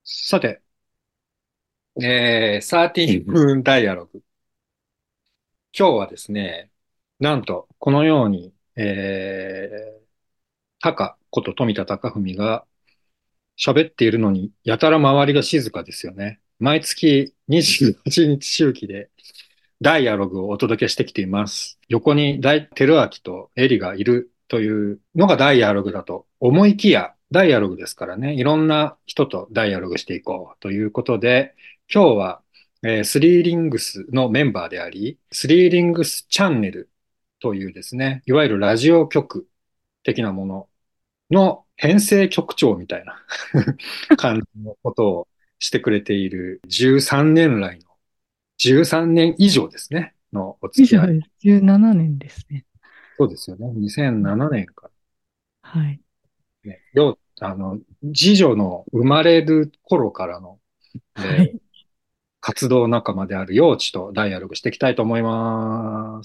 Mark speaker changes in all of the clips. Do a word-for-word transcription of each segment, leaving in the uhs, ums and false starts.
Speaker 1: さて、えー、サーティーンムーンダイアログ。今日はですね、なんと、このように、えー、タカこと富田貴文が喋っているのに、やたら周りが静かですよね。毎月にじゅうはちにち周期でダイアログをお届けしてきています。横に大、テルアキとエリがいるというのがダイアログだと思いきや、ダイアログですからね、いろんな人とダイアログしていこうということで、今日は、えースリーリングスのメンバーであり、スリーリングスチャンネルというですね、いわゆるラジオ局的なものの編成局長みたいな感じのことをしてくれているじゅうさんねん来のじゅうさんねん以上ですね、のお付き合い。
Speaker 2: 以上です。じゅうななねんですね。
Speaker 1: そうですよね。2007
Speaker 2: うん。
Speaker 1: 年か
Speaker 2: はい。
Speaker 1: らね。よ、あの、次女の生まれる頃からの、えー
Speaker 2: はい。
Speaker 1: 活動仲間である幼稚とダイアログしていきたいと思います。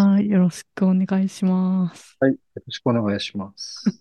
Speaker 2: はい。よろしくお願いします。
Speaker 1: はい。よろしくお願いします。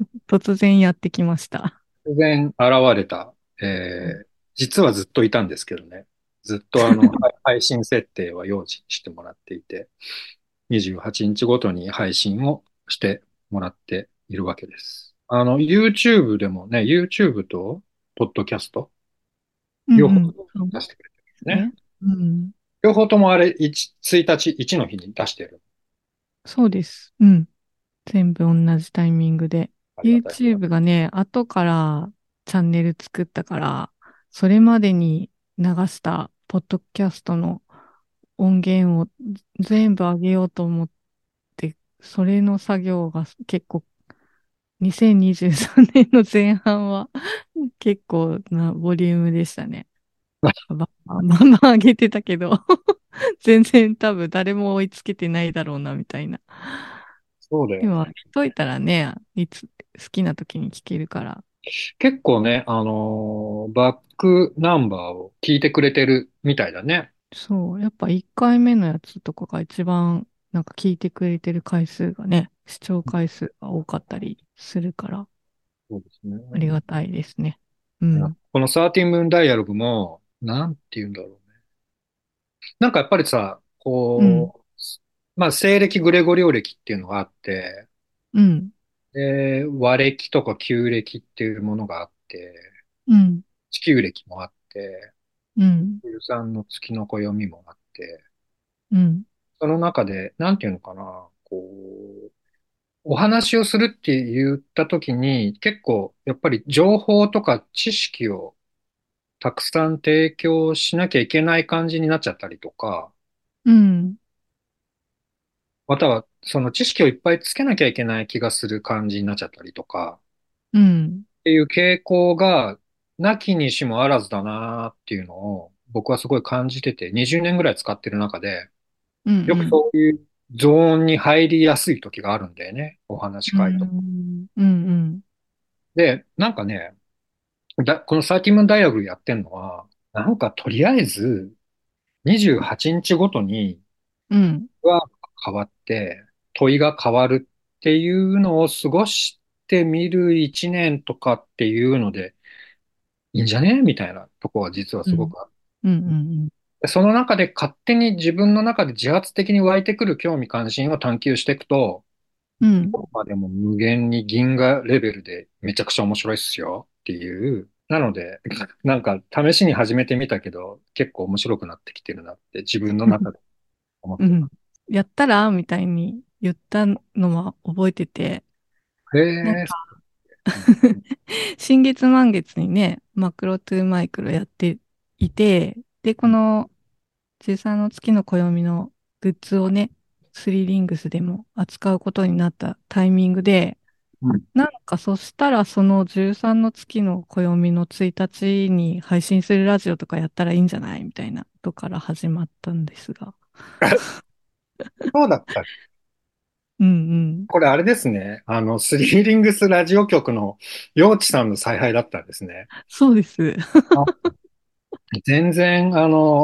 Speaker 2: 突然やってきました。
Speaker 1: 突然現れた、
Speaker 2: はい。
Speaker 1: えー実はずっといたんですけどね。ずっとあの、はい配信設定は幼児にしてもらっていて、にじゅうはちにちごとに配信をしてもらっているわけです。あの、YouTube でもね、YouTube と、ポッドキャスト、
Speaker 2: うん
Speaker 1: 両方
Speaker 2: うん。そうで
Speaker 1: 出してくれてるね。
Speaker 2: すね。うん。
Speaker 1: 両方ともあれ、いち、ついたち、いちの日に出してる。
Speaker 2: そうです。うん。全部同じタイミングで。
Speaker 1: ありがたい。
Speaker 2: YouTube がね、後からチャンネル作ったから、それまでに流したポッドキャストの音源を全部上げようと思って、それの作業が結構にせんにじゅうさんねんの前半は結構なボリュームでしたね。まあまあまあ上げてたけど全然多分誰も追いつけてないだろうなみたいな。
Speaker 1: そうだよね。
Speaker 2: 今、見といたらね、いつ好きな時に聞けるから。
Speaker 1: 結構ね、あのーバックナンバーを聞いてくれてるみたいだね。
Speaker 2: そう、やっぱいっかいめのやつとかが一番なんか聞いてくれてる回数がね、視聴回数が多かったりするから、
Speaker 1: そうですね。
Speaker 2: ありがたいですね。うん。
Speaker 1: このサーティーンムーンダイアログも、なんて言うんだろうね。なんかやっぱりさ、
Speaker 2: うん。
Speaker 1: こう、まあ、西暦、グレゴリオ暦っていうのがあって、
Speaker 2: うん。
Speaker 1: で、和暦とか旧暦っていうものがあって、
Speaker 2: うん。
Speaker 1: 地球暦もあって、
Speaker 2: うん。
Speaker 1: じゅうさんの月の暦もあって、
Speaker 2: うん。
Speaker 1: その中で、なんていうのかな、こう、お話をするって言ったときに、結構、やっぱり情報とか知識をたくさん提供しなきゃいけない感じになっちゃったりとか、
Speaker 2: うん。
Speaker 1: または、その知識をいっぱいつけなきゃいけない気がする感じになっちゃったりとか、
Speaker 2: うん。
Speaker 1: っていう傾向が、なきにしもあらずだなっていうのを、僕はすごい感じてて、にじゅうねんぐらい使ってる中で、
Speaker 2: うん。
Speaker 1: よく
Speaker 2: うん。
Speaker 1: そういうゾーンに入りやすい時があるんだよね。お話し
Speaker 2: う
Speaker 1: 会と。
Speaker 2: ん。うん。
Speaker 1: で、なんかね、だ、このサーティムンダイアグルやってんのは、なんかとりあえずにじゅうはちにちごとに
Speaker 2: うん。
Speaker 1: は変わって、問いが変わるっていうのを過ごしてみるいちねんとかっていうのでいいんじゃねみたいなとこは実は
Speaker 2: うん。
Speaker 1: すごくあっ
Speaker 2: うん。うん。
Speaker 1: て、その中で勝手に自分の中で自発的に湧いてくる興味関心を探求していくと、
Speaker 2: うん。
Speaker 1: まあでも無限に銀河レベルでめちゃくちゃ面白いっすよっていう。なので、なんか試しに始めてみたけど、結構面白くなってきてるなって自分の中で思ってま
Speaker 2: うん。やったらみたいに言ったのは覚えてて、
Speaker 1: す。へ
Speaker 2: なんか
Speaker 1: え、うん
Speaker 2: 新月満月にね、マクロトゥーマイクロやっていて、で、このじゅうさんの月の暦のグッズをね、スリーリングスでも扱うことになったタイミングで、
Speaker 1: うん。
Speaker 2: なんかそしたらそのじゅうさんの月の暦のついたちに配信するラジオとかやったらいいんじゃないみたいなとから始まったんですが。
Speaker 1: そうだった。
Speaker 2: うんうん。
Speaker 1: これあれですね。あの、スリーリングスラジオ局の陽地さんの采配だったんですね。
Speaker 2: そうです。
Speaker 1: あ、全然、あの、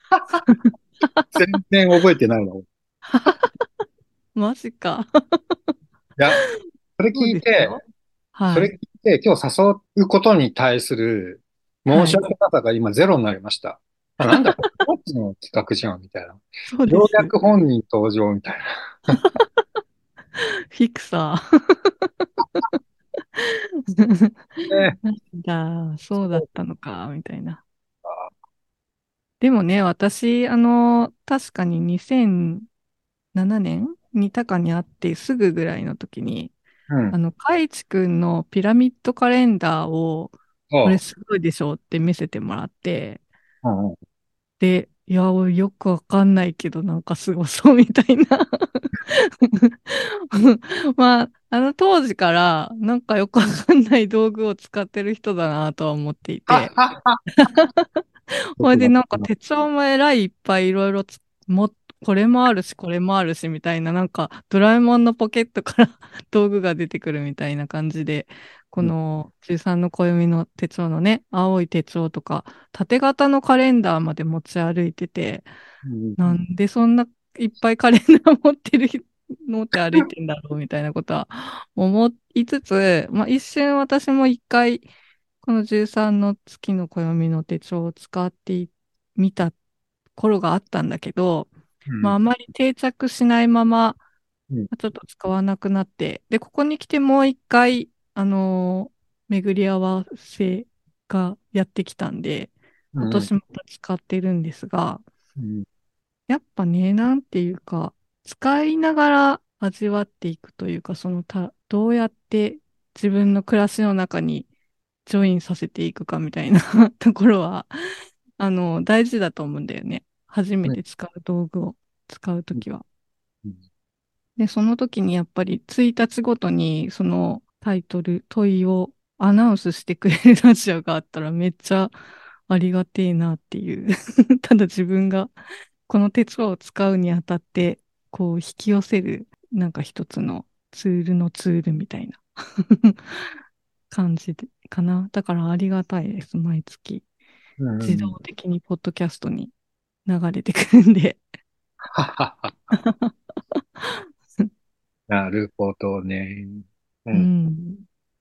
Speaker 1: 全然覚えてないの。い
Speaker 2: マジか。
Speaker 1: や、それ
Speaker 2: そう
Speaker 1: 聞いて、
Speaker 2: ですよ。はい。
Speaker 1: それ聞いて、今日誘うことに対する、 申
Speaker 2: はい。
Speaker 1: し訳なさが今ゼロになりました。あ、なんだこれ、コーチの企画じゃん、みたいな。
Speaker 2: そうです。
Speaker 1: ようやく本人登場、みたい
Speaker 2: フィクサー。
Speaker 1: な。ね。
Speaker 2: なんだ、そうだっ
Speaker 1: そう
Speaker 2: たのか、みたいな。
Speaker 1: か。
Speaker 2: でもね、私、あの、確かににせんななねんにタカに会ってすぐぐらいの時に、
Speaker 1: うん。
Speaker 2: あの、カイチくんのピラミッドカレンダーを、これ
Speaker 1: そ
Speaker 2: すごいでしょって見せてもらって、
Speaker 1: う。うんうん。
Speaker 2: で、いや、よくわかんないけど、なんかすごそうみたいな。まあ、あの当時から、なんかよくわかんない道具を使ってる人だなとは思ってい
Speaker 1: は
Speaker 2: て、
Speaker 1: はは。
Speaker 2: ほいで、
Speaker 1: 僕の、
Speaker 2: なんか手帳もえらいいっぱいいろいろつも、これもあるし、これもあるし、みたいな、なんか、ドラえもんのポケットから道具が出てくるみたいな感じで、こ
Speaker 1: うん。
Speaker 2: のじゅうさんの暦の手帳のね、青い手帳とか、縦型のカレンダーまで持ち歩いてて、
Speaker 1: うん。うん。
Speaker 2: なんでそんないっぱいカレンダー持ってる、持って歩いてんだろうみたいなことは思いつつ、まあ一瞬私も一回、このじゅうさんの月の暦の手帳を使ってみた頃があったんだけど、まああまり定着しないまま、
Speaker 1: うん。
Speaker 2: ちょっと使わなくなって、で、ここに来てもう一回、あのー巡り合わせがやってきたんで、
Speaker 1: うん。
Speaker 2: 今年また使ってるんですが、
Speaker 1: うん。
Speaker 2: やっぱね、なんていうか、使いながら味わっていくというか、そのた、どうやって自分の暮らしの中にジョインさせていくかみたいなところは、あの、大事だと思うんだよね。初め
Speaker 1: うん。
Speaker 2: て使う道具を使うと
Speaker 1: うん。
Speaker 2: きは。
Speaker 1: うん。
Speaker 2: で、その時にやっぱりついたちごとにそのタイトル、問いをアナウンスしてくれるラジオがあったらめっちゃありがてえなっていうただ自分がこの手帳を使うにあたって、こう引き寄せるなんか一つのツールのツールみたいな感じでかな。だからありがたいです。毎月
Speaker 1: うん。う
Speaker 2: 自動
Speaker 1: ん。
Speaker 2: 的にポッドキャストに流れてくるんで。
Speaker 1: ははは。なるほどね。う
Speaker 2: う
Speaker 1: ん。
Speaker 2: ん。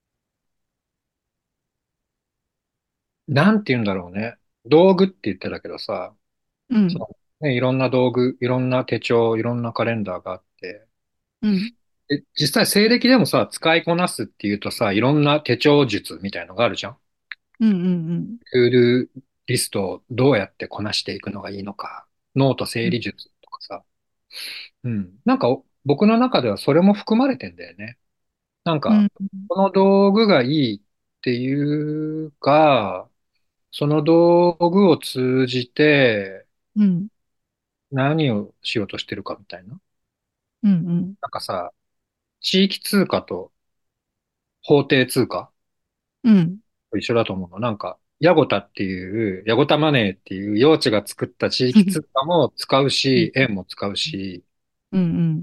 Speaker 1: なんて言うんだろうね。道具って言ってたけどさ、
Speaker 2: うん。
Speaker 1: そうね、いろんな道具、いろんな手帳、いろんなカレンダーがあって、
Speaker 2: うん。
Speaker 1: で、実際西暦でもさ、使いこなすっていうとさ、いろんな手帳術みたいのがあるじゃん。
Speaker 2: うん。うん。うん。
Speaker 1: トゥールリストをどうやってこなしていくのがいいのか、ノート整理術とかさ。うん。なんかお僕の中ではそれも含まれてんだよね。なんか、
Speaker 2: うん。
Speaker 1: この道具がいいっていうか、その道具を通じて
Speaker 2: うん。
Speaker 1: 何をしようとしてるかみたいな。
Speaker 2: うん。うん。
Speaker 1: なんかさ、地域通貨と法定通貨
Speaker 2: うん。
Speaker 1: と一緒だと思うの。なんか、ヤゴタっていう、ヤゴタマネーっていう幼稚が作った地域通貨も使うし、円も使うし、
Speaker 2: うん。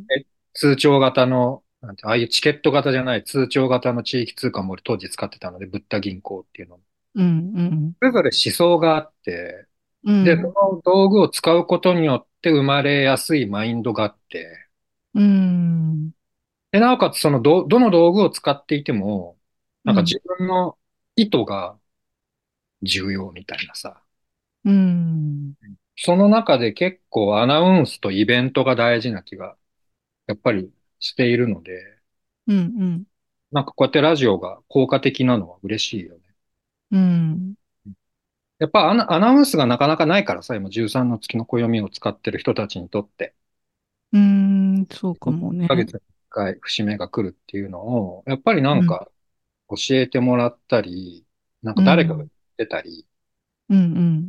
Speaker 1: え通帳型の、なんて、ああいうチケット型じゃない通帳型の地域通貨も俺当時使ってたので、ブッダ銀行っていうの。
Speaker 2: うん。うん。
Speaker 1: それぞれ思想があって、で、そ
Speaker 2: うん。
Speaker 1: の道具を使うことによって生まれやすいマインドがあって、
Speaker 2: うん。
Speaker 1: で、なおかつそのど、どの道具を使っていても、なんか自
Speaker 2: うん。
Speaker 1: 分の意図が重要みたいなさ。
Speaker 2: うん。
Speaker 1: その中で結構アナウンスとイベントが大事な気がやっぱりしているので、
Speaker 2: うん。
Speaker 1: なんかこうやってラジオが効果的なのは嬉しいよね。
Speaker 2: うん。
Speaker 1: やっぱアナ、アナウンスがなかなかないからさ、今じゅうさんの月の暦を使ってる人たちにとって、
Speaker 2: うん。そうか
Speaker 1: 1
Speaker 2: もね。
Speaker 1: ヶ月にいっかい節目が来るっていうのを、やっぱりな
Speaker 2: うん。
Speaker 1: んか教えてもらったり、なんか誰かが言っ
Speaker 2: うん。
Speaker 1: てたり、
Speaker 2: うん。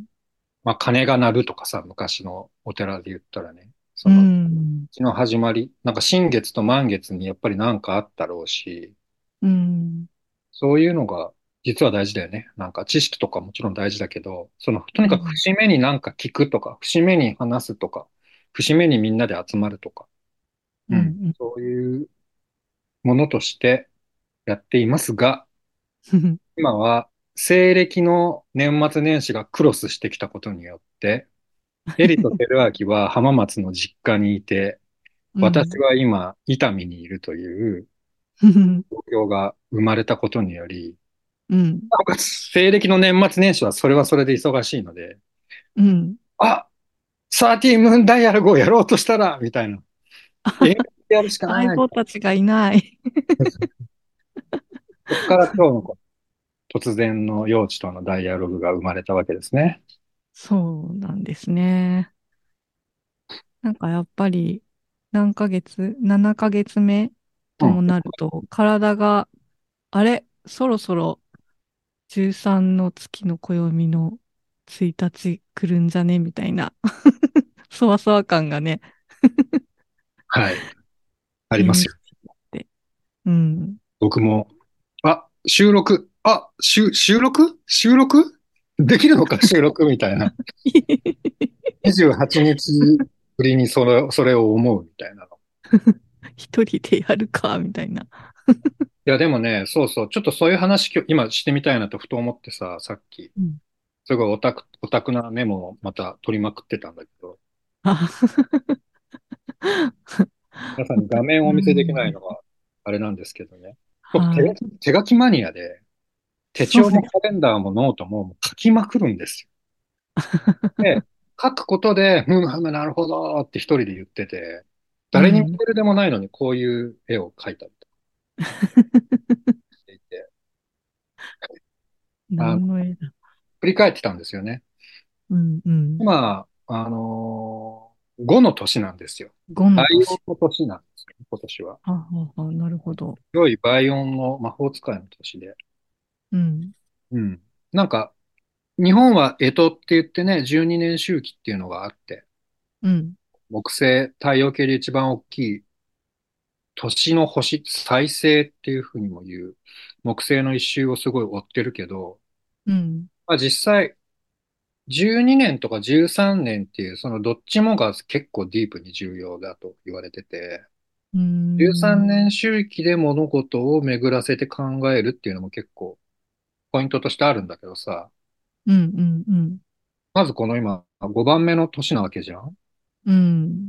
Speaker 1: まあ鐘が鳴るとかさ、昔のお寺で言ったらね、そ
Speaker 2: う
Speaker 1: の、
Speaker 2: ん。
Speaker 1: 月の始まり、なんか新月と満月にやっぱりなんかあったろうし、
Speaker 2: うん。
Speaker 1: そういうのが実は大事だよね。なんか知識とかもちろん大事だけど、そのとにかく
Speaker 2: うん。
Speaker 1: 節目になんか聞くとか、節目に話すとか、節目にみんなで集まるとか、うん、
Speaker 2: うん。
Speaker 1: そういうものとしてやっていますが、
Speaker 2: うん。
Speaker 1: 今は西暦の年末年始がクロスしてきたことによって、エリとテルアキは浜松の実家にいて、私は今伊丹にいるという状況が生まれたことにより、
Speaker 2: うん、
Speaker 1: なおかつ西暦の年末年始はそれはそれで忙しいので、
Speaker 2: うん。
Speaker 1: あ、サーティームーンダイアログをやろうとしたら、みたいな。えーやるしか
Speaker 2: 相
Speaker 1: ない。
Speaker 2: 棒たちがいない。
Speaker 1: そこから今日の突然の幼稚とのダイアログが生まれたわけですね。
Speaker 2: そうなんですね。なんかやっぱり何ヶ月、ななかげつめ
Speaker 1: うん。
Speaker 2: ともなると、体が、あれ、そろそろじゅうさんの月の暦のついたち来るんじゃねみたいな、そわそわ感がね、
Speaker 1: はい。ありますよ。
Speaker 2: 現実って。うん。
Speaker 1: 僕も、あ、収録、あ、収、収録収録できるのか収録みたいな。にじゅうはちにちぶりにそれ、それを思うみたいなの。
Speaker 2: 一人でやるか、みたいな。
Speaker 1: いや、でもね、そうそう、ちょっとそういう話今日、今してみたいなとふと思ってさ、さっき、
Speaker 2: うん。
Speaker 1: すごいオタク、オタクなメモをまた取りまくってたんだけど、
Speaker 2: あ、
Speaker 1: 皆さんに画面を
Speaker 2: う
Speaker 1: お見せできない
Speaker 2: ん。
Speaker 1: のがあれなんですけどね。僕手書
Speaker 2: はい。
Speaker 1: き、手書きマニアで、手帳も
Speaker 2: そうです。
Speaker 1: カレンダーもノートも書きまくるんですよ。で、書くことで、ふむふむなるほどって一人で言ってて、誰にモ
Speaker 2: うん。
Speaker 1: デルでもないのにこういう絵を描いたりとかしていて、あの、
Speaker 2: 何の絵だ。
Speaker 1: 振り返ってたんですよね。
Speaker 2: うんうん。
Speaker 1: 今、あのー、ごの年なんですよ。
Speaker 2: ご
Speaker 1: バ
Speaker 2: の年。
Speaker 1: イオンの年なんですよ、今年は。
Speaker 2: ははは、なるほど。
Speaker 1: 良いバイオンの魔法使いの年で。
Speaker 2: うん。
Speaker 1: うん。なんか、日本は干支って言ってね、じゅうにねん周期っていうのがあって、
Speaker 2: うん。
Speaker 1: 木星、太陽系で一番大きい年の星、再生っていうふうにも言う、木星の一周をすごい追ってるけど、
Speaker 2: うん。
Speaker 1: まあ、実際、じゅうにねんとかじゅうさんねんっていう、そのどっちもが結構ディープに重要だと言われてて、
Speaker 2: うー
Speaker 1: 13
Speaker 2: ん。
Speaker 1: 年周期で物事を巡らせて考えるっていうのも結構ポイントとしてあるんだけどさ、
Speaker 2: うん。うん。うん。
Speaker 1: まずこの今、ごばんめの年なわけじゃん。
Speaker 2: うん。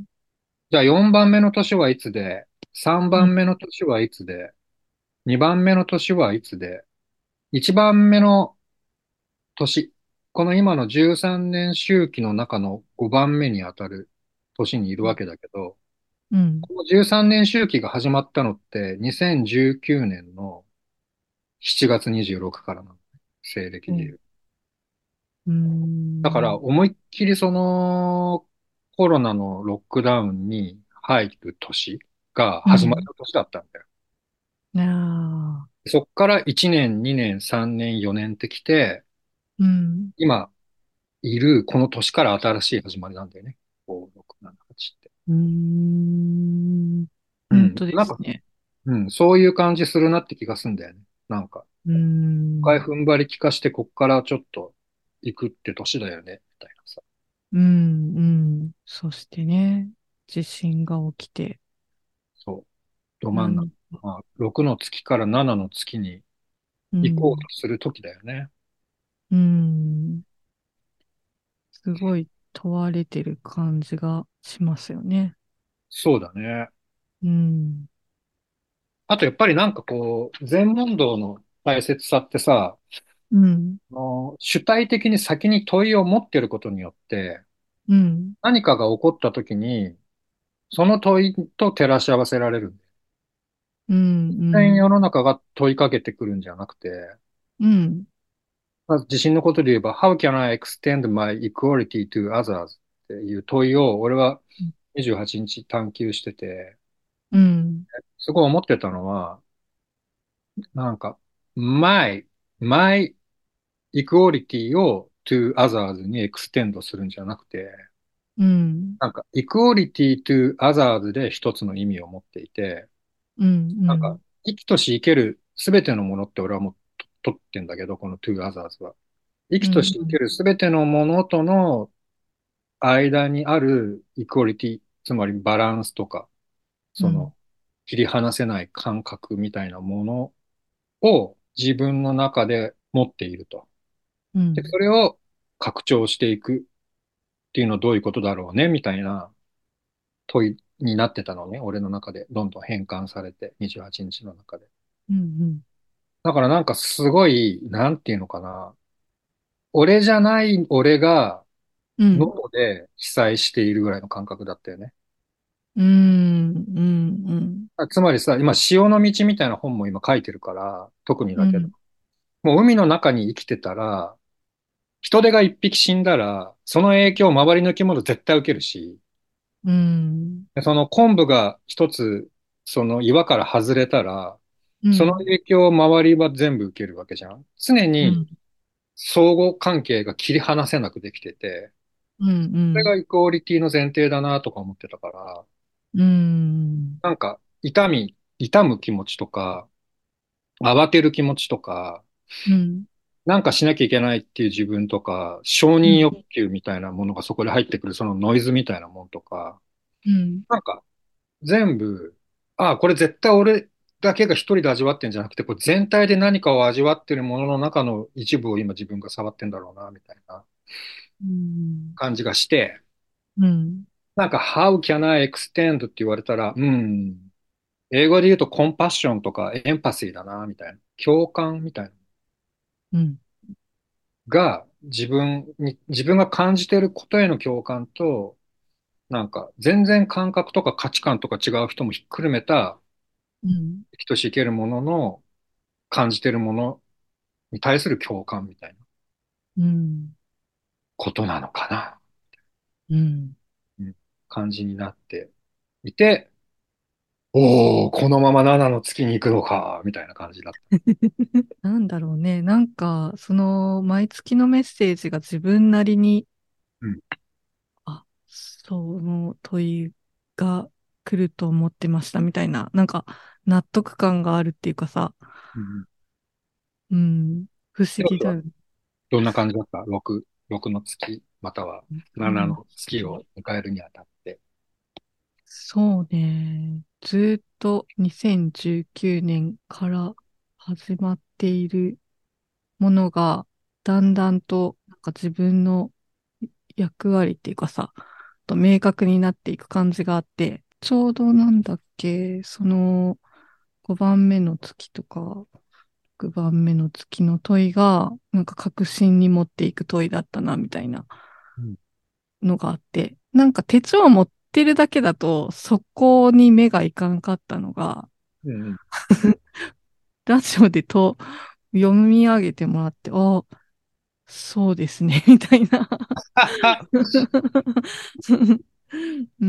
Speaker 1: じゃあよんばんめの年はいつで、3
Speaker 2: うん。
Speaker 1: 番目の年はいつで、にばんめの年はいつで、いちばんめの年、この今のじゅうさんねん周期の中のごばんめにあたる年にいるわけだけど、
Speaker 2: うん。
Speaker 1: このじゅうさんねん周期が始まったのってにせんじゅうきゅうねんのしちがつにじゅうろくからなの。西暦で言う。
Speaker 2: う
Speaker 1: だから
Speaker 2: ん。
Speaker 1: 思いっきりそのコロナのロックダウンに入る年が始まる
Speaker 2: うん。
Speaker 1: 年だったんだよ。
Speaker 2: ああ。
Speaker 1: そっからいちねん、にねん、さんねん、よねんってきて、
Speaker 2: うん。
Speaker 1: 今いるこの年から新しい始まりなんだよね。ご、ろく、なな、はちって。
Speaker 2: うーん。
Speaker 1: うん。
Speaker 2: 本当で
Speaker 1: なんか、
Speaker 2: すね。
Speaker 1: うん、そういう感じするなって気がするんだよね。なんか、
Speaker 2: うーん。
Speaker 1: 一回踏ん張り効かして、こっからちょっと行くって年だよね、みたいなさ。
Speaker 2: うん。うん。そしてね、地震が起きて、
Speaker 1: そう。ど真ん中。
Speaker 2: 何、
Speaker 1: まあ、ろくの月からななの月に
Speaker 2: う
Speaker 1: 行こう
Speaker 2: ん。
Speaker 1: とする時だよね。
Speaker 2: うん。すごい問われてる感じがしますよね。
Speaker 1: そうだね。
Speaker 2: うん。
Speaker 1: あとやっぱりなんかこう、全問答の大切さってさ、
Speaker 2: うん。
Speaker 1: あの主体的に先に問いを持ってることによって、
Speaker 2: うん。
Speaker 1: 何かが起こった時に、その問いと照らし合わせられるんだよ。
Speaker 2: うん。う
Speaker 1: 全世
Speaker 2: ん。
Speaker 1: の中が問いかけてくるんじゃなくて、
Speaker 2: うん。
Speaker 1: まず地震のことで言えば、How can I extend my equality to others? っていう問いを俺はにじゅうはちにち探求してて、
Speaker 2: うん。
Speaker 1: すごい思ってたのは、なんか、my, my equality を to others にエクステンドするんじゃなくて、
Speaker 2: うん。
Speaker 1: なんか、equality to others で一つの意味を持っていて、
Speaker 2: うん。う
Speaker 1: なんか、
Speaker 2: ん。
Speaker 1: 生きとし生けるすべてのものって俺はもうと取ってんだけど、この to others は。生きとし生け
Speaker 2: うん。
Speaker 1: るすべてのものとの間にあるイクオリティ、つまりバランスとか、
Speaker 2: うん。
Speaker 1: その切り離せない感覚みたいなものを自分の中で持っていると。で、
Speaker 2: うん。
Speaker 1: それを拡張していくっていうのはどういうことだろうねみたいな問いになってたのね。俺の中でどんどん変換されて、にじゅうはちにちの中で。
Speaker 2: うん。
Speaker 1: だからなんかすごい、なんていうのかな。俺じゃない俺が
Speaker 2: うん。
Speaker 1: 喉で被災しているぐらいの感覚だったよね。
Speaker 2: うん。うん。
Speaker 1: あつまりさ、今、潮の道みたいな本も今書いてるから、特にだけど、
Speaker 2: うん。
Speaker 1: もう海の中に生きてたら、人手が一匹死んだら、その影響を周りの生き物絶対受けるし、
Speaker 2: うん。
Speaker 1: でその昆布が一つ、その岩から外れたら、その
Speaker 2: うん。
Speaker 1: 影響を周りは全部受けるわけじゃん。常に
Speaker 2: うん。
Speaker 1: 相互関係が切り離せなくできてて、
Speaker 2: うん。うん。
Speaker 1: それがイクオリティの前提だなとか思ってたから、
Speaker 2: うん。
Speaker 1: なんか、痛み、痛む気持ちとか、慌てる気持ちとか、
Speaker 2: うん。
Speaker 1: なんかしなきゃいけないっていう自分とか、承認
Speaker 2: うん。
Speaker 1: 欲求みたいなものがそこで入ってくる、そのノイズみたいなもんとか、
Speaker 2: うん。
Speaker 1: なんか全部、ああ、これ絶対俺だけが一人で味わってんじゃなくて、これ全体で何かを味わってるものの中の一部を今自分が触ってんだろうな、みたいな
Speaker 2: うん。
Speaker 1: 感じがして、
Speaker 2: うん。
Speaker 1: なんか How can I extend って言われたら、うん、英語で言うとコンパッションとかエンパシーだな、みたいな。共感みたいな。
Speaker 2: うん。
Speaker 1: が自分に、自分が感じてることへの共感と、なんか全然感覚とか価値観とか違う人もひっくるめた
Speaker 2: うん。
Speaker 1: 生きとし生けるものの感じてるものに対する共感みたいな
Speaker 2: うん。
Speaker 1: ことなのかな、
Speaker 2: うん。
Speaker 1: うん、感じになっていて、おー、このままななの月に行くのか、みたいな感じだった。
Speaker 2: なんだろうね。なんか、その、毎月のメッセージが自分なりに、
Speaker 1: うん、
Speaker 2: あ、その問いが来ると思ってましたみたいな、なんか、納得感があるっていうかさ、
Speaker 1: うん、
Speaker 2: うん、不思
Speaker 1: ひろしは
Speaker 2: 議だよね。
Speaker 1: どんな感じだった？ ろく、ろくの月、またはななの月を迎えるにあたって。
Speaker 2: そうね。ずーっとにせんじゅうきゅうねんから始まっているものが、だんだんとなんか自分の役割っていうかさ、と明確になっていく感じがあって、ちょうどなんだっけ、そのごばんめの月とか、ろくばんめの月の問いが、なんか確信に持っていく問いだったな、みたいな
Speaker 1: うん、
Speaker 2: のがあって、なんか手帳を持ってるだけだと、そこに目がいかんかったのが、
Speaker 1: うん、うん。
Speaker 2: ラジオでと読み上げてもらって、あ、そうですね、みたいなうん、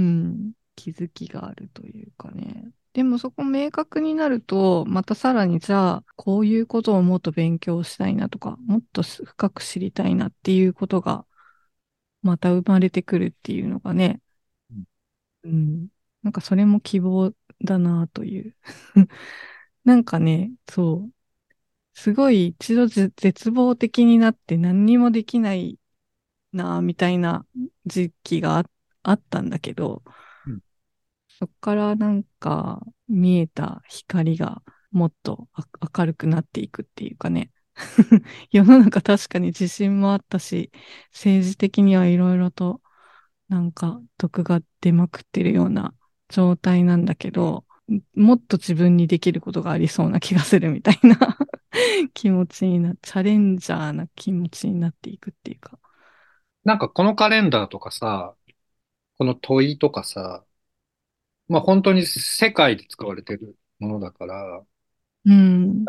Speaker 2: 気づきがあるというかね。でもそこ明確になると、またさらにじゃあ、こういうことをもっと勉強したいなとか、もっと深く知りたいなっていうことが、また生まれてくるっていうのがね、うん、なんかそれも希望だなという。なんかね、そう、すごい一度ぜ絶望的になって何にもできないな、みたいな時期があ、あったんだけど、
Speaker 1: うん、
Speaker 2: そこからなんか見えた光がもっとあ明るくなっていくっていうかね。世の中確かに地震もあったし、政治的にはいろいろとなんか毒が出まくってるような状態なんだけど、もっと自分にできることがありそうな気がするみたいな気持ちにな、チャレンジャーな気持ちになっていくっていうか。
Speaker 1: なんかこのカレンダーとかさ、この問いとかさ、まあ本当に世界で使われてるものだから、
Speaker 2: うん、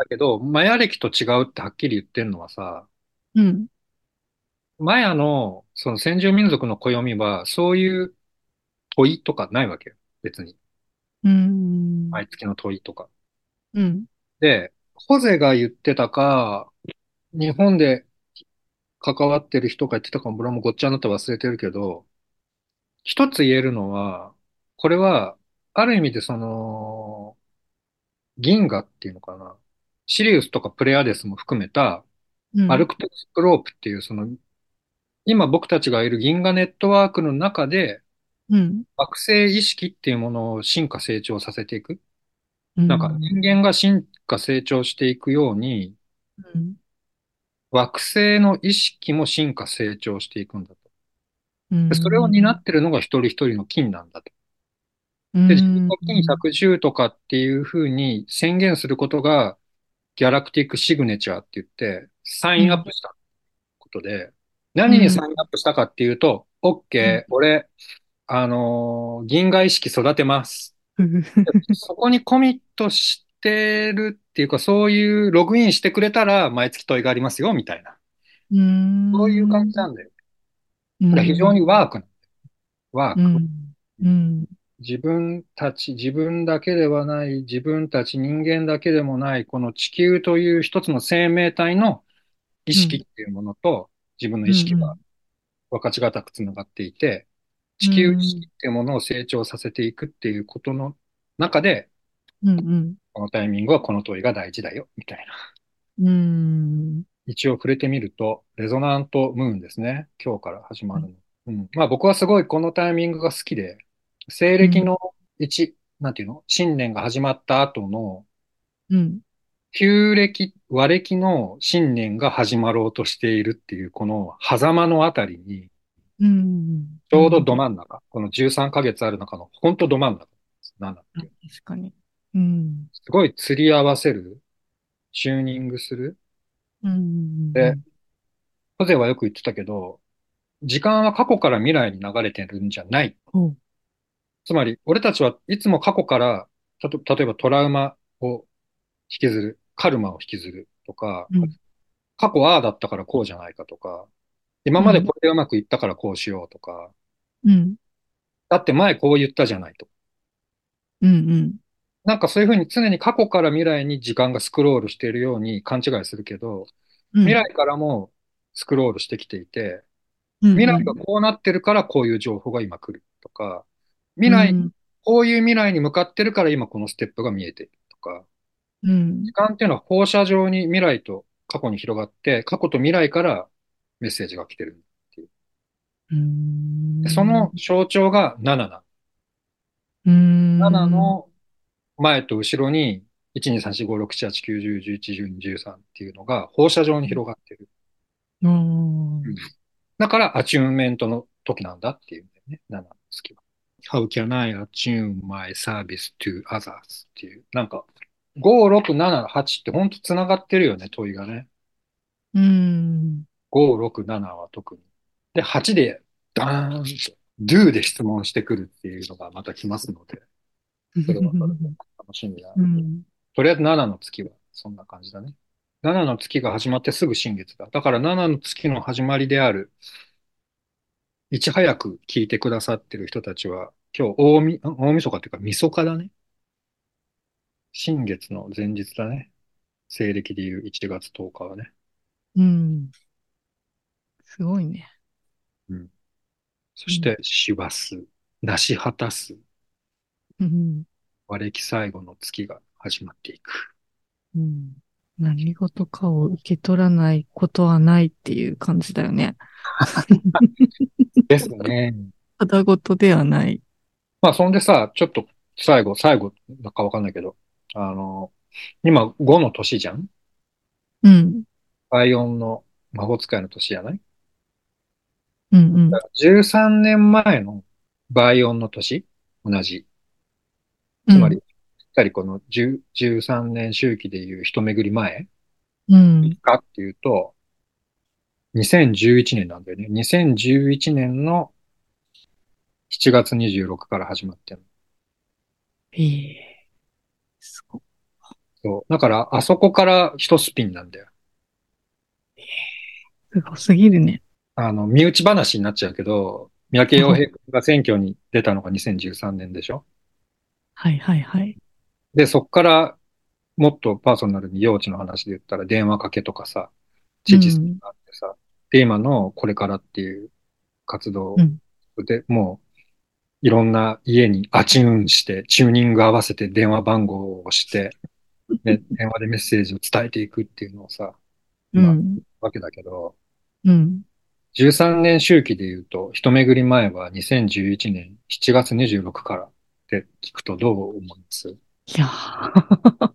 Speaker 1: だけど、マヤ歴と違うってはっきり言ってるのはさ、
Speaker 2: うん、
Speaker 1: マヤのその先住民族の暦は、そういう問いとかないわけよ。別に。
Speaker 2: うん、
Speaker 1: 毎月の問いとか。
Speaker 2: うん、
Speaker 1: で、ホゼが言ってたか、日本で関わってる人が言ってたかも、俺はもうごっちゃになって忘れてるけど、一つ言えるのは、これは、ある意味でその、銀河っていうのかな。シリウスとかプレアデスも含めた、
Speaker 2: うん、
Speaker 1: アルクトスクロープっていう、その、今僕たちがいる銀河ネットワークの中で、
Speaker 2: うん、
Speaker 1: 惑星意識っていうものを進化成長させていく。
Speaker 2: う
Speaker 1: なんか
Speaker 2: ん、
Speaker 1: 人間が進化成長していくように、
Speaker 2: うん、
Speaker 1: 惑星の意識も進化成長していくんだと。
Speaker 2: う
Speaker 1: でそれを担
Speaker 2: ん、
Speaker 1: ってるのが一人一人の金なんだと。
Speaker 2: う
Speaker 1: で、自分
Speaker 2: ん、
Speaker 1: が金ひゃくじゅうとかっていうふうに宣言することがギャラクティックシグネチャーって言って、サインアッ
Speaker 2: うん。
Speaker 1: プしたことで、
Speaker 2: うん。
Speaker 1: 何にサインアップしたかっていうと、
Speaker 2: うん。
Speaker 1: OK、俺、あのー銀河意識育てます。
Speaker 2: うん。
Speaker 1: そこにコミットしてるっていうか、そういうログインしてくれたら、毎月問いがありますよ、みたいな。
Speaker 2: うー
Speaker 1: そういう感じ
Speaker 2: ん。
Speaker 1: なんだよ。
Speaker 2: う
Speaker 1: だから非常
Speaker 2: ん。
Speaker 1: にワークなの。ワーク。
Speaker 2: うん。うん。
Speaker 1: 自分たち、自分だけではない、自分たち人間だけでもない、この地球という一つの生命体の意
Speaker 2: うん。
Speaker 1: 識っていうものと、自分の
Speaker 2: うん。
Speaker 1: 意識は
Speaker 2: うん。
Speaker 1: 分かちがたくつながっていて、地
Speaker 2: う
Speaker 1: 球意識
Speaker 2: ん。
Speaker 1: っていうものを成長させていくっていうことの中で、
Speaker 2: うん。
Speaker 1: このタイミングはこの問いが大事だよ、みたいな。
Speaker 2: うん。
Speaker 1: 一応触れてみると、レゾナントムーンですね。今日から始まるの。うん。まあ僕はすごいこのタイミングが好きで、西
Speaker 2: うん。
Speaker 1: 暦のいち、なんていうの新年が始まった後の、
Speaker 2: うん。
Speaker 1: 旧暦、和暦の新年が始まろうとしているっていう、この狭間のあたりに、
Speaker 2: うん。
Speaker 1: ちょうど
Speaker 2: うん。
Speaker 1: ど真ん中、このじゅうさんかげつある中の、ほんとど真ん中です。ななっ
Speaker 2: あ、
Speaker 1: て。
Speaker 2: 確かに。うん。
Speaker 1: すごい釣り合わせる、チューニングする。
Speaker 2: うん。
Speaker 1: で、ホゼはよく言ってたけど、時間は過去から未来に流れてるんじゃない。
Speaker 2: おう。
Speaker 1: つまり、俺たちはいつも過去から、たと、例えばトラウマを引きずる、カルマを引きずるとか、
Speaker 2: うん。
Speaker 1: 過去ああだったからこうじゃないかとか、今
Speaker 2: うん。
Speaker 1: までこれでうまくいったからこうしようとか、
Speaker 2: うん。
Speaker 1: だって前こう言ったじゃないと。
Speaker 2: うん。
Speaker 1: なんかそういうふうに常に過去から未来に時間がスクロールしているように勘違いするけど、
Speaker 2: うん。
Speaker 1: 未来からもスクロールしてきていて、
Speaker 2: うん。
Speaker 1: 未来
Speaker 2: うん。
Speaker 1: がこうなってるからこういう情報が今来るとか、未来、
Speaker 2: うん。
Speaker 1: こういう未来に向かってるから今このステップが見えているとか、
Speaker 2: うん。
Speaker 1: 時間っていうのは放射状に未来と過去に広がって、過去と未来からメッセージが来てるっていう。
Speaker 2: う
Speaker 1: でその
Speaker 2: ん。
Speaker 1: 象徴がななな。
Speaker 2: う
Speaker 1: なな
Speaker 2: ん。
Speaker 1: の前と後ろにいち、に、さん、よん、ご、ろく、なな、はち、きゅう、じゅう、じゅういち、じゅうに、じゅうさんっていうのが放射状に広がってる。
Speaker 2: う
Speaker 1: うん
Speaker 2: ん。
Speaker 1: だからアチューンメントの時なんだっていうんだよね。ななの月は。How can I attune my service to others? っていう。なんか、ご、ろく、なな、はちって本当繋がってるよね、問いがね。
Speaker 2: うん。
Speaker 1: ご、ろく、ななは特に。で、はちでダーンと do で質問してくるっていうのがまた来ますので、それはそれで楽しみだ。
Speaker 2: うん。
Speaker 1: とりあえずななの月はそんな感じだね。ななの月が始まってすぐ新月だ。だからななの月の始まりである、いち早く聞いてくださってる人たちは、今日大み、大晦日っていうか、晦日だね。新月の前日だね。西暦でいういちがつとおかはね。
Speaker 2: うん。すごいね。
Speaker 1: うん。そ
Speaker 2: うん。
Speaker 1: して、師走、梨果たす、
Speaker 2: うん。
Speaker 1: 和暦最後の月が始まっていく。
Speaker 2: うん。何事かを受け取らないことはないっていう感じだよね。
Speaker 1: ですね。
Speaker 2: ただごとではない。
Speaker 1: まあ、そんでさ、ちょっと最後、最後だかわかんないけど、あの、今ごの年じゃん。
Speaker 2: うん。
Speaker 1: ライオンの魔法使いの年じゃない。
Speaker 2: うん。うん。
Speaker 1: じゅうさんねんまえのバイオンの年、同じ。つまり、
Speaker 2: うん。
Speaker 1: ぴったりこのじゅう、じゅうさんねん周期でいう一巡り前
Speaker 2: うん。
Speaker 1: かっていうと、にせんじゅういちねんなんだよね。にせんじゅういちねんのしちがつにじゅうろくから始まってるの。
Speaker 2: ええ、すご、
Speaker 1: そう。だから、あそこから一スピンなんだよ。
Speaker 2: すごすぎるね。
Speaker 1: あの、身内話になっちゃうけど、三宅洋平君が選挙に出たのがにせんじゅうさんねんでしょ。
Speaker 2: はいはいはい。
Speaker 1: で、そっからもっとパーソナルに幼稚の話で言ったら電話かけとかさ、父
Speaker 2: うん
Speaker 1: があってさ、で、今のこれからっていう活動
Speaker 2: うん。
Speaker 1: で、もういろんな家にアチューンして、チューニング合わせて電話番号を押して、で、電話でメッセージを伝えていくっていうのをさ、今、
Speaker 2: うん。
Speaker 1: わけだけど、
Speaker 2: うん。
Speaker 1: じゅうさんねん周期で言うと、一巡り前はにせんじゅういちねんしちがつにじゅうろくからって聞くとどう思います？
Speaker 2: いやー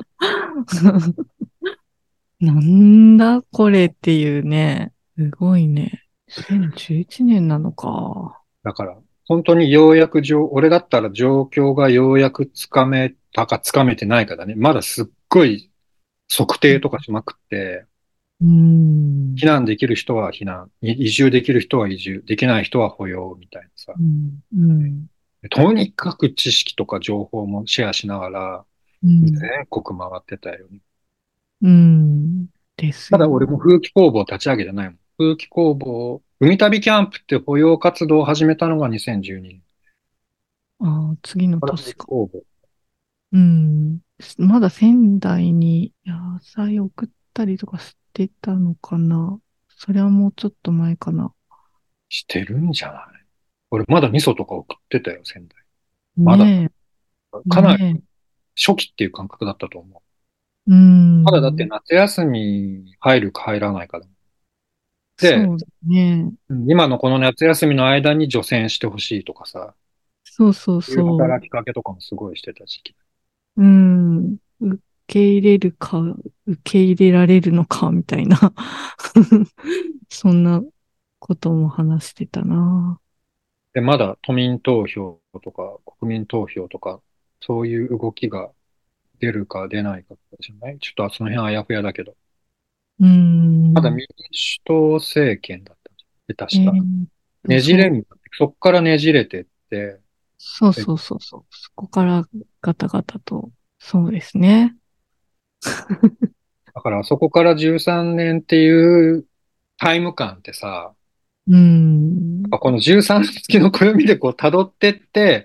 Speaker 2: なんだこれっていうね。すごいね。にせんじゅういちねんなのか。
Speaker 1: だから、本当にようやく状、俺だったら状況がようやくつかめたかつかめてないかだね。まだすっごい測定とかしまくって、
Speaker 2: うん。
Speaker 1: 避難できる人は避難、い移住できる人は移住、できない人は保養みたいなさ。
Speaker 2: うん。うん。
Speaker 1: とにかく知識とか情報もシェアしながら、全
Speaker 2: うん。
Speaker 1: 国回ってたよね。
Speaker 2: うんです
Speaker 1: ただ俺
Speaker 2: よ。
Speaker 1: も風紀工房立ち上げてないもん。風紀工房、海旅キャンプって保養活動を始めたのがにせんじゅうにねん。
Speaker 2: ああ、次の
Speaker 1: これは風
Speaker 2: 年か。
Speaker 1: 紀工房。
Speaker 2: うん。まだ仙台に野菜送ったりとかしてたのかな。それはもうちょっと前かな。
Speaker 1: してるんじゃない？俺まだ味噌とか送ってたよ、仙台。まだ。
Speaker 2: ねえ、
Speaker 1: かなり
Speaker 2: ね
Speaker 1: 初期っていう感覚だったと思う。
Speaker 2: え。う
Speaker 1: まだだって
Speaker 2: ん。
Speaker 1: 夏休みに入るか入らないかだ。で、
Speaker 2: そうだね。
Speaker 1: 今のこの夏休みの間に除染してほしいとかさ、
Speaker 2: そうそう
Speaker 1: そういう
Speaker 2: そう。
Speaker 1: 働きかけとかもすごいしてた時期。
Speaker 2: うん。受け入れるか、受け入れられるのか、みたいなそんなことも話してたな。
Speaker 1: で、まだ都民投票とか国民投票とか、そういう動きが出るか出ないかとかじゃない？ちょっとその辺あやふやだけど。
Speaker 2: うん。
Speaker 1: まだ民主党政権だった。下手
Speaker 2: え
Speaker 1: したら。
Speaker 2: ーっと、そう。
Speaker 1: ねじれに、そっからねじれてって、で
Speaker 2: そうそうそうそう。そこからガタガタと。そうですね。
Speaker 1: だからそこからじゅうさんねんっていうタイム感ってさ、
Speaker 2: うん。
Speaker 1: やっぱこのじゅうさん月の暦でこう辿ってって、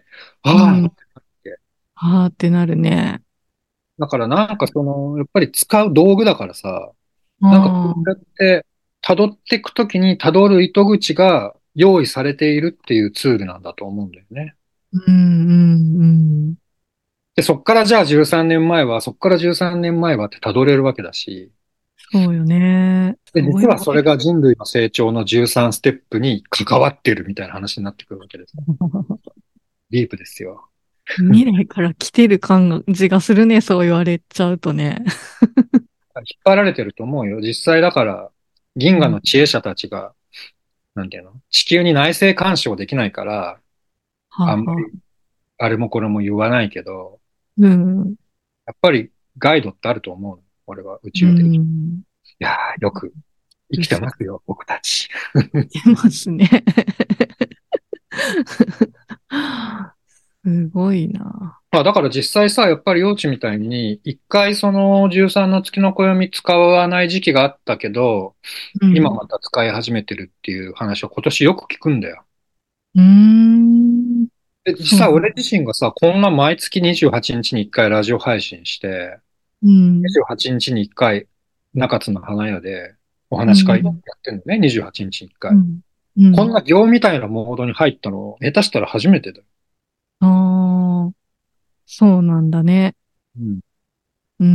Speaker 1: ああ、
Speaker 2: うん。はーってなるね。
Speaker 1: だからなんかその、やっぱり使う道具だからさ、なんかこう
Speaker 2: ああ。
Speaker 1: やって辿っていくときに辿る糸口が用意されているっていうツールなんだと思うんだよね。
Speaker 2: うんうんうん。
Speaker 1: で、そっからじゃあじゅうさんねんまえは、そっからじゅうさんねんまえはって辿れるわけだし、
Speaker 2: そうよね。
Speaker 1: で、実
Speaker 2: そう言われる。
Speaker 1: はそれが人類の成長のじゅうさんステップに関わってるみたいな話になってくるわけです。ディープですよ。
Speaker 2: 未来から来てる感じがするね。そう言われちゃうとね。
Speaker 1: 引っ張られてると思うよ。実際だから、銀河
Speaker 2: うん。
Speaker 1: の知恵者たちが、なんていうの、地球に内政干渉できないから、
Speaker 2: はあはあ。
Speaker 1: あんまりあれもこれも言わないけど、
Speaker 2: うん。
Speaker 1: やっぱりガイドってあると思うの。俺は宇
Speaker 2: う
Speaker 1: 宙的。い
Speaker 2: ん。
Speaker 1: やー、よく生きて
Speaker 2: です。
Speaker 1: ますよ、僕たち。
Speaker 2: 出ますね。すごいな。
Speaker 1: まあだから実際さ、やっぱり幼稚みたいに、一回そのじゅうさんの月の暦使わない時期があったけど、
Speaker 2: うん。
Speaker 1: 今また使い始めてるっていう話を今年よく聞くんだよ。
Speaker 2: うーん。
Speaker 1: で、実
Speaker 2: そう。
Speaker 1: 際俺自身がさ、こんな毎月にじゅうはちにちにいっかいラジオ配信して、
Speaker 2: うん。
Speaker 1: にじゅうはちにちにいっかい中津の花屋でお話し会や
Speaker 2: うん。
Speaker 1: ってんのね、にじゅうはちにちにいっかい。
Speaker 2: うん。うん。
Speaker 1: こんな行みたいなモードに入ったの、下手したら初めてだよ。
Speaker 2: ああ、そうなんだね。
Speaker 1: うん。
Speaker 2: うん。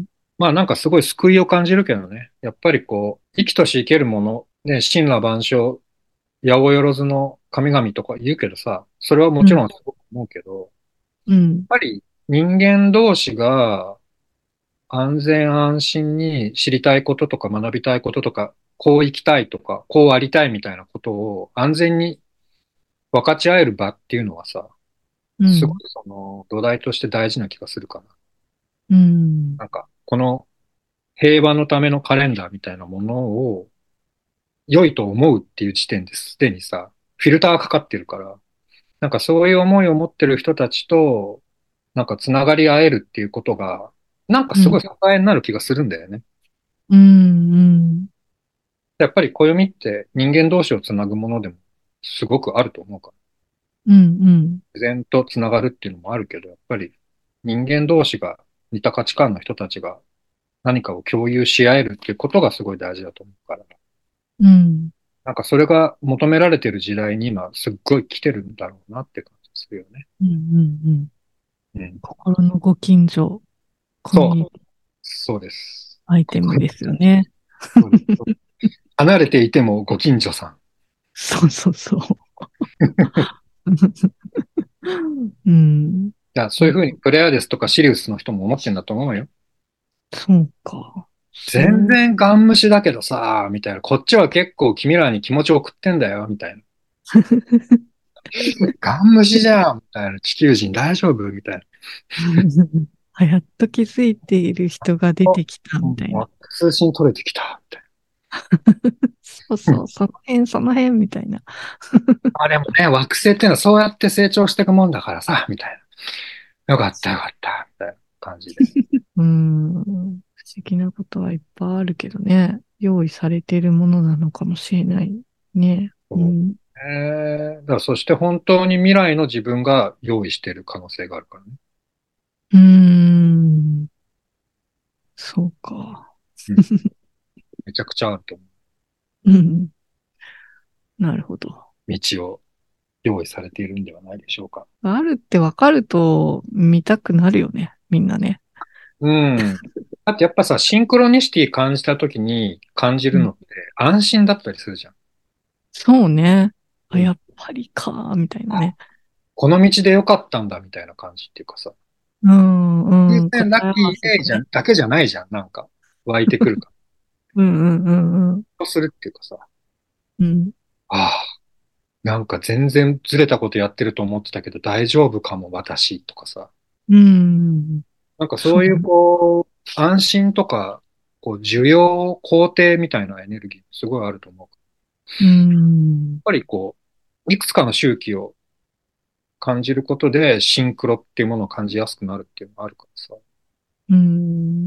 Speaker 1: まあなんかすごい救いを感じるけどね。やっぱりこう、生きとし生けるもの、ね、神羅万象、八百万の神々とか言うけどさ、それはも
Speaker 2: うん。
Speaker 1: ちろんすごく思うけど、やっ
Speaker 2: うん。
Speaker 1: ぱり人間同士が安全安心に知りたいこととか学びたいこととか、こう生きたいとか、こうありたいみたいなことを安全に分かち合える場っていうのはさ、すごい
Speaker 2: うん。
Speaker 1: その土台として大事な気がするかな。
Speaker 2: うん。
Speaker 1: なんか、この平和のためのカレンダーみたいなものを良いと思うっていう時点ですでにさ、フィルターがかかってるから、なんかそういう思いを持ってる人たちと、なんかつながり合えるっていうことが、なんか
Speaker 2: うん。
Speaker 1: すごい支えになる気がするんだよね。
Speaker 2: うん。
Speaker 1: やっぱり暦って人間同士をつなぐものでもすごくあると思うから、
Speaker 2: うん。
Speaker 1: 自然とつながるっていうのもあるけど、やっぱり人間同士が似た価値観の人たちが何かを共有し合えるっていうことがすごい大事だと思うから、
Speaker 2: うん。
Speaker 1: なんかそれが求められてる時代に今すっごい来てるんだろうなって感じするよね。
Speaker 2: うん。うん。
Speaker 1: うん。
Speaker 2: 心のご近所、コミュ
Speaker 1: そう、
Speaker 2: ニティ
Speaker 1: そうです。
Speaker 2: アイテムですよね。
Speaker 1: そうです。離れていてもご近所さん。
Speaker 2: そうそうそう。うん。
Speaker 1: いや、そういうふうにプレアデスとかシリウスの人も思ってんだと思うよ。
Speaker 2: そうか。
Speaker 1: 全
Speaker 2: そう。
Speaker 1: 然ガン無視だけどさ、みたいな。こっちは結構君らに気持ちを送ってんだよ、みたいな。ガン無視じゃん、みたいな。地球人大丈夫みたいな。
Speaker 2: あ、やっと気づいている人が出
Speaker 1: あ、
Speaker 2: てきた
Speaker 1: うん、
Speaker 2: みたいな。
Speaker 1: あ、通信取れてきた、みたい
Speaker 2: そう
Speaker 1: な。うん。
Speaker 2: そう、その辺、その辺みたいな。
Speaker 1: あ、でもね、惑星っていうのはそうやって成長していくもんだからさ、みたいな。よかった、よかった、みたいな感じで。
Speaker 2: うーん。不思議なことはいっぱいあるけどね。用意されているものなのかもしれないね。う
Speaker 1: そ
Speaker 2: ん。
Speaker 1: う。えー、だからそして本当に未来の自分が用意している可能性があるからね。
Speaker 2: うーん。そうか。
Speaker 1: うん。めちゃくちゃあると思
Speaker 2: うん。なるほど。
Speaker 1: う。道を用意されているんではないでしょうか。
Speaker 2: あるってわかると見たくなるよね。みんなね。
Speaker 1: うん。だってやっぱさ、シンクロニシティ感じた時に感じ
Speaker 2: うん。
Speaker 1: るのって安心だったりするじゃん。
Speaker 2: そうね。あ、
Speaker 1: うん。
Speaker 2: やっぱりか、みたいな
Speaker 1: あ、
Speaker 2: ね。
Speaker 1: この道でよかったんだみたいな感じっていうかさ。
Speaker 2: うん、うん。答
Speaker 1: 偶然ラッ
Speaker 2: え合わ
Speaker 1: キーイ
Speaker 2: せでね。
Speaker 1: メージだけじゃないじゃん。なんか、湧いてくるから。
Speaker 2: うん、うん、うん、うん。
Speaker 1: そうするっていうかさ、
Speaker 2: うん。
Speaker 1: ああ、なんか全然ずれたことやってると思ってたけど大丈夫かも私とかさ。
Speaker 2: うん。
Speaker 1: なんかそういう
Speaker 2: そうね。
Speaker 1: こう、安心とか、こう、需要、肯定みたいなエネルギーすごいあると思う。やっ
Speaker 2: うん。
Speaker 1: ぱりこう、いくつかの周期を感じることでシンクロっていうものを感じやすくなるっていうのがあるからさ。
Speaker 2: うん。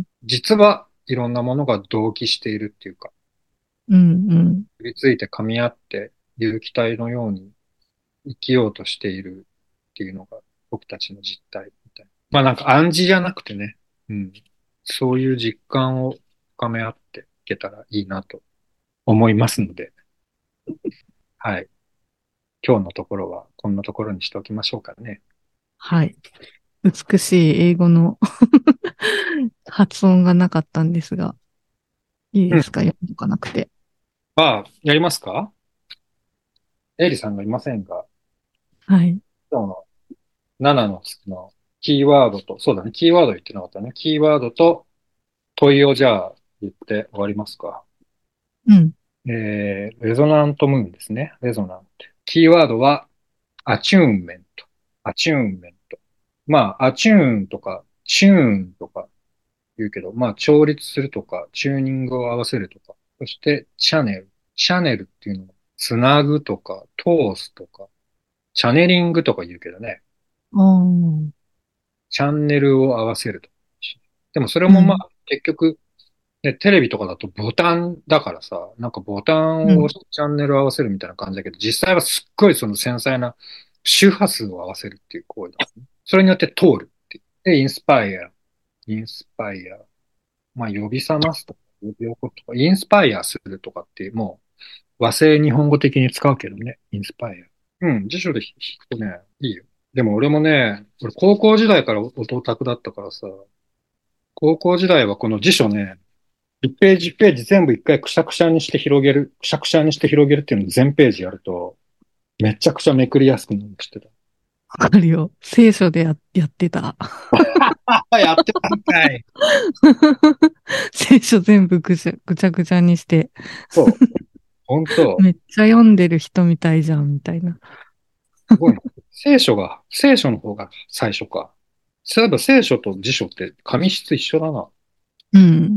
Speaker 1: 実はいろんなものが同期しているっていうか、
Speaker 2: うん。うん。
Speaker 1: 結びついて噛み合って有機体のように生きようとしているっていうのが僕たちの実態みたいな。まあなんか暗示じゃなくてね、うん。そういう実感を深め合っていけたらいいなと思いますので、はい。今日のところはこんなところにしておきましょうかね。
Speaker 2: はい。美しい英語の発音がなかったんですが、いい
Speaker 1: うん。
Speaker 2: ですか？読んどかなくて。
Speaker 1: ああ、やりますか？エイリさんがいませんが、
Speaker 2: はい。
Speaker 1: 今日のななの月のキーワードと、そうだね、キーワード言ってなかったね。キーワードと問いをじゃあ言って終わりますか。
Speaker 2: うん。
Speaker 1: えー、レゾナントムーンですね。レゾナント。キーワードはアチューンメント。アチューンメント。まあ、アチューンとか、チューンとか言うけど、まあ、調律するとか、チューニングを合わせるとか、そして、チャネル。チャネルっていうのは、つなぐとか、通すとか、チャネリングとか言うけどね、
Speaker 2: ああ。うん。
Speaker 1: チャンネルを合わせるとか。でもそれもまあ、結局、ね、テレビとかだとボタンだからさ、なんかボタンを押
Speaker 2: うん。
Speaker 1: してチャンネルを合わせるみたいな感じだけど、実際はすっごいその繊細な周波数を合わせるっていう行為だもんね。それによって通るっていう。で、インスパイア、インスパイア、まあ、呼び覚ますとか、呼び起こすとか、インスパイアするとかっていう、もう和製日本語的に使うけどね、インスパイア。うん、辞書で弾くとね、いいよ。でも俺もね、俺高校時代から音オタクだったからさ、高校時代はこの辞書ね、いちページいちページ全部一回くしゃくしゃにして広げる、くしゃくしゃにして広げるっていうのを全ページやると、めちゃくちゃめくりやすくなるの知ってた。
Speaker 2: わかるよ。聖書でや、やってた。
Speaker 1: あ、やってたんかい。
Speaker 2: 聖書全部ぐちゃぐちゃぐちゃにして、
Speaker 1: そう。本当、
Speaker 2: めっちゃ読んでる人みたいじゃん、みたいな。
Speaker 1: すごいな。聖書が、聖書の方が最初か。そういえば聖書と辞書って紙質一緒だな。
Speaker 2: うん。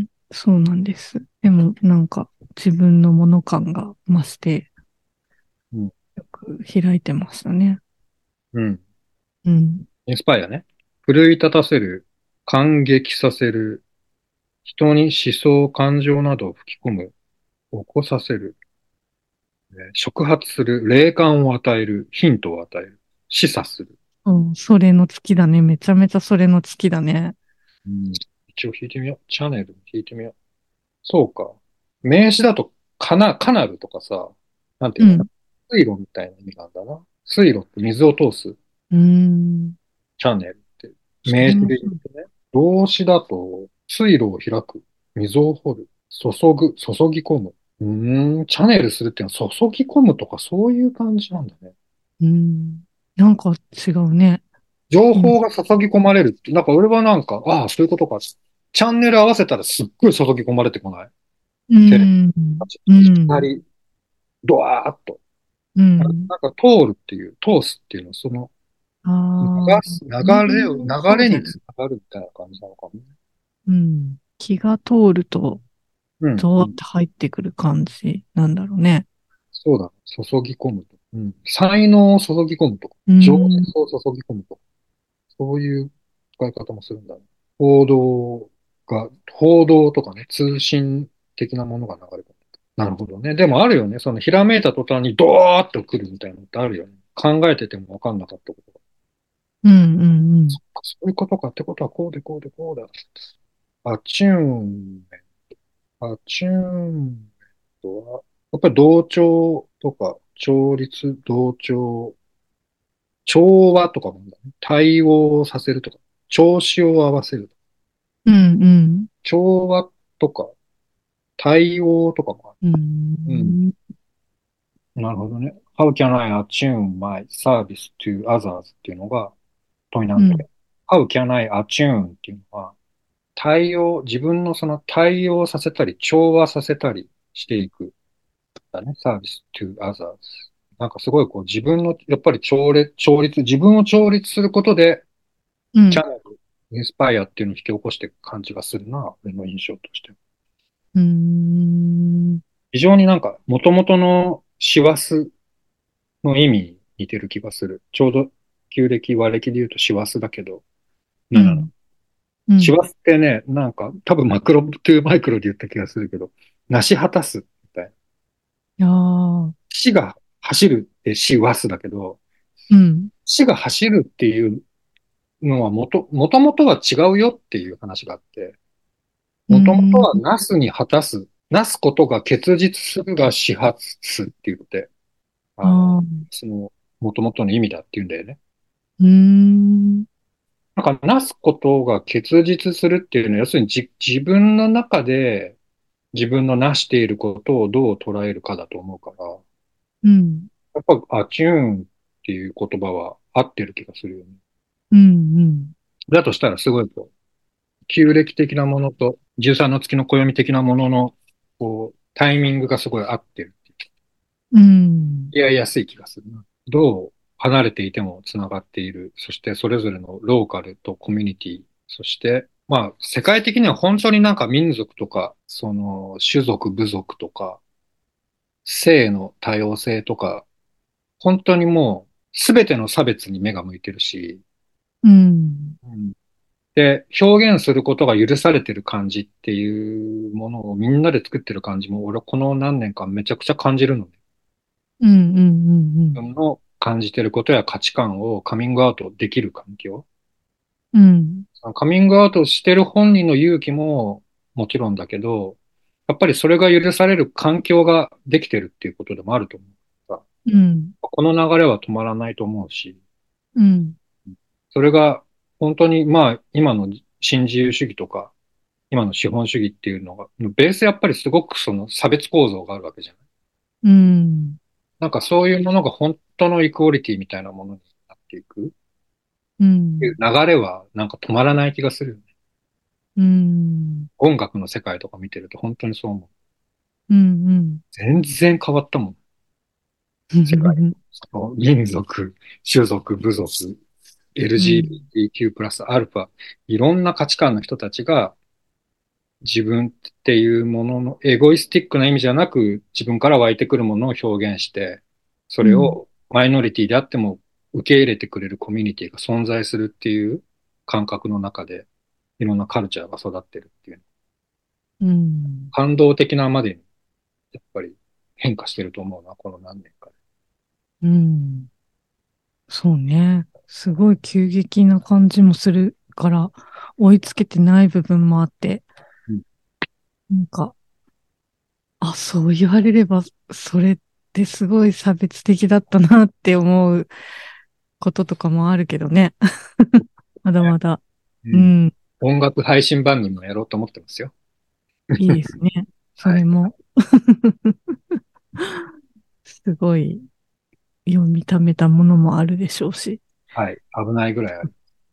Speaker 2: そうなんです。でも、なんか、自分のもの感が増して、
Speaker 1: うん。
Speaker 2: よく開いてましたね。
Speaker 1: うん。
Speaker 2: うん。
Speaker 1: インスパイアね。奮い立たせる、感激させる、人に思想、感情などを吹き込む、起こさせる、えー触発する、霊感を与える、ヒントを与える、示唆する。
Speaker 2: うん、それの月だね。めちゃめちゃそれの月だね。
Speaker 1: うん。一応弾いてみよう。チャンネル弾いてみよう。そうか。名詞だと、カナ、カナルとかさ、なんていうの？
Speaker 2: うん。
Speaker 1: 水路みたいな意味なんだな。水路って水を通す
Speaker 2: うーん。
Speaker 1: チャンネルって。
Speaker 2: それも、
Speaker 1: 名詞で言うとね。動詞だと、水路を開く、水を掘る、注ぐ、注ぎ込む。うーん、チャネルするっていうのは注ぎ込むとかそういう感じなんだね。
Speaker 2: うん。なんか違うね。うん。
Speaker 1: 情報が注ぎ込まれるって、なんか俺はなんか、ああ、そういうことか。チャンネル合わせたらすっごい注ぎ込まれてこない？
Speaker 2: う
Speaker 1: テレビ
Speaker 2: ん。う
Speaker 1: いきな
Speaker 2: ん。
Speaker 1: り、ドワーッと。
Speaker 2: うん。
Speaker 1: なんか通るっていう、通すっていうのは、その、流
Speaker 2: ああ、
Speaker 1: す、流
Speaker 2: その辺
Speaker 1: れを、流
Speaker 2: もそう
Speaker 1: れに
Speaker 2: だよね。
Speaker 1: がるみたいな感じなのかもね。
Speaker 2: うん。気が通ると、
Speaker 1: うん、うん。
Speaker 2: ゾワって入ってくる感じなんだろうね。
Speaker 1: そうだ。注ぎ込むと。うん。才能を注ぎ込むとか、
Speaker 2: う
Speaker 1: 情
Speaker 2: ん。
Speaker 1: 熱を注ぎ込むとか、そういう使い方もするんだね。報道が、報道とかね、通信的なものが流れ込む。なるほどね。でもあるよね。そのひらめいた途端にドーッと来るみたいなのってあるよね。考えててもわかんなかったことが。
Speaker 2: うんうん
Speaker 1: そういうことかってことはこうでこうでこうだ。アチューンメント。アチューンメントは、やっぱり同調とか、調律、同調、調和とかもあるんだね。対応させるとか、調子を合わせるとか、
Speaker 2: うん。うん
Speaker 1: 調和とか、対応とかもあ
Speaker 2: うん。
Speaker 1: る。うん。
Speaker 2: うん。
Speaker 1: なるほどね。How can I attune my service to others っていうのが問いな
Speaker 2: うん。
Speaker 1: んだけど、How can I attune っていうのは、対応、自分のその対応させたり、調和させたりしていく。だね。サービス to others。なんかすごいこう自分の、やっぱり調律、調律、自分を調律することで、
Speaker 2: うん。
Speaker 1: チャンネル、インスパイアっていうのを引き起こしていく感じがするな、俺の印象として。
Speaker 2: うん。
Speaker 1: 非常になんか、元々の師走の意味に似てる気がする。ちょうど、旧暦、和暦で言うと師走だけど、ななの。
Speaker 2: うん。うん。
Speaker 1: 師走ってね、なんか、多分マクロトゥーマイクロで言った気がするけど、なし果たすみたいな。
Speaker 2: いやー、
Speaker 1: 死が走るって死wasだけど、
Speaker 2: うん。
Speaker 1: 死が走るっていうのはもと、もともとは違うよっていう話があって、
Speaker 2: う
Speaker 1: もともと
Speaker 2: ん。
Speaker 1: はなすに果たす、なすことが結実するが始発って言って、あの、
Speaker 2: ああ、
Speaker 1: その、もともとの意味だっていうんだよね。
Speaker 2: うん。
Speaker 1: なんか、なすことが結実するっていうのは、要するにじ自分の中で自分のなしていることをどう捉えるかだと思うから、
Speaker 2: うん。
Speaker 1: やっぱ、アチューンっていう言葉は合ってる気がするよね。
Speaker 2: うん。
Speaker 1: だとしたら、すごいこう、旧暦的なものと、じゅうさんの月の暦的なものの、こう、タイミングがすごい合ってるって
Speaker 2: うん。
Speaker 1: 言いやすい気がするな。どう離れていてもつながっている。そしてそれぞれのローカルとコミュニティ。そして、まあ、世界的には本当になんか民族とか、その、種族、部族とか、性の多様性とか、本当にもう、すべての差別に目が向いてるし、
Speaker 2: うん。
Speaker 1: うん、で、表現することが許されてる感じっていうものをみんなで作ってる感じも、俺はこの何年間めちゃくちゃ感じるのね。
Speaker 2: うん。うん。
Speaker 1: 自分の感じてることや価値観をカミングアウトできる環境。
Speaker 2: うん。
Speaker 1: そのカミングアウトしてる本人の勇気ももちろんだけど、やっぱりそれが許される環境ができてるっていうことでもあると思うから。
Speaker 2: うん。
Speaker 1: この流れは止まらないと思うし、
Speaker 2: うん。
Speaker 1: それが本当にまあ今の新自由主義とか、今の資本主義っていうのが、ベースやっぱりすごくその差別構造があるわけじゃない。
Speaker 2: うん。
Speaker 1: なんかそういうものが本当のイクオリティみたいなものになっていく
Speaker 2: う
Speaker 1: っていう
Speaker 2: ん。
Speaker 1: 流れはなんか止まらない気がするよね。
Speaker 2: うん。
Speaker 1: 音楽の世界とか見てると本当にそう思う。
Speaker 2: うん。
Speaker 1: 全然変わったもん。
Speaker 2: う
Speaker 1: 世界
Speaker 2: ん。
Speaker 1: のその民族、種族、部族、
Speaker 2: うん。
Speaker 1: エルジービーティーキュー プラスアルファ、いろんな価値観の人たちが自分っていうもののエゴイスティックな意味じゃなく自分から湧いてくるものを表現して、そ
Speaker 2: うん。
Speaker 1: れをマイノリティであっても受け入れてくれるコミュニティが存在するっていう感覚の中でいろんなカルチャーが育ってるっていう、
Speaker 2: うん。
Speaker 1: 感動的なまでにやっぱり変化してると思うな、この何年かで。
Speaker 2: うん。そうね。すごい急激な感じもするから、追いつけてない部分もあって、
Speaker 1: うん。
Speaker 2: なんか、あ、そう言われれば、それってすごい差別的だったなって思うこととかもあるけどね。まだまだ。
Speaker 1: うん。
Speaker 2: うん。
Speaker 1: 音楽配信番組もやろうと思ってますよ。
Speaker 2: いいですね。そ
Speaker 1: はい。
Speaker 2: れも、すごい読み溜めたものもあるでしょうし。
Speaker 1: はい。危ないぐらいある。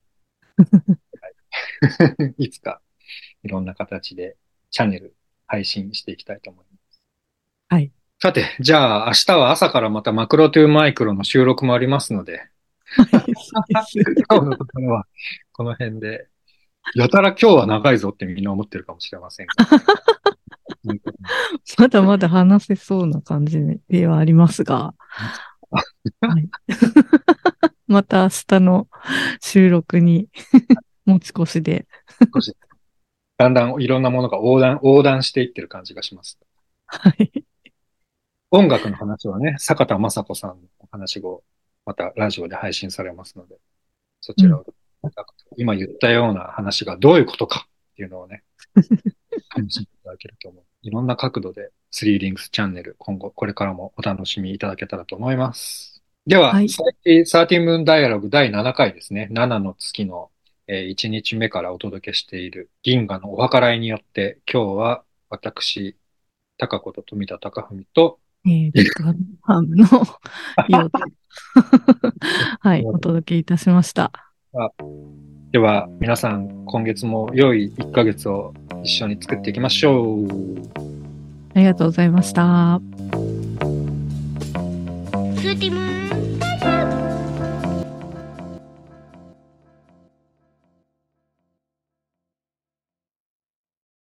Speaker 1: いつかいろんな形でチャンネル配信していきたいと思います。
Speaker 2: はい。
Speaker 1: さて、じゃあ明日は朝からまたマクロトゥーマイクロの収録もありますので、
Speaker 2: はい、そうです。
Speaker 1: 今日のところはこの辺で。 やたら今日は長いぞってみんな思ってるかもしれませんが。本当に
Speaker 2: まだまだ話せそうな感じではありますが、はい、また明日の収録に持ち越しで。
Speaker 1: 少しだんだんいろんなものが横断、横断していってる感じがします。
Speaker 2: はい。
Speaker 1: 音楽の話はね、坂田雅子さんのお話をまたラジオで配信されますので、そ
Speaker 2: うん。
Speaker 1: ちらを、今言ったような話がどういうことかっていうのをね、楽しんでいただけると思う。いろんな角度でスリーリングスチャンネル、今後これからもお楽しみいただけたらと思います。では、
Speaker 2: はい。
Speaker 1: サーティサーティムーンダイアログだいななかいですね。ななの月の、えーいちにちめからお届けしている銀河のお計らいによって、今日は私、高子と富田貴文と、
Speaker 2: えーっと、ハムのようで、はい、お届けいたしました。
Speaker 1: では、皆さん、今月も良いいっかげつを一緒に作っていきましょう。
Speaker 2: ありがとうございました。
Speaker 3: スーティムーン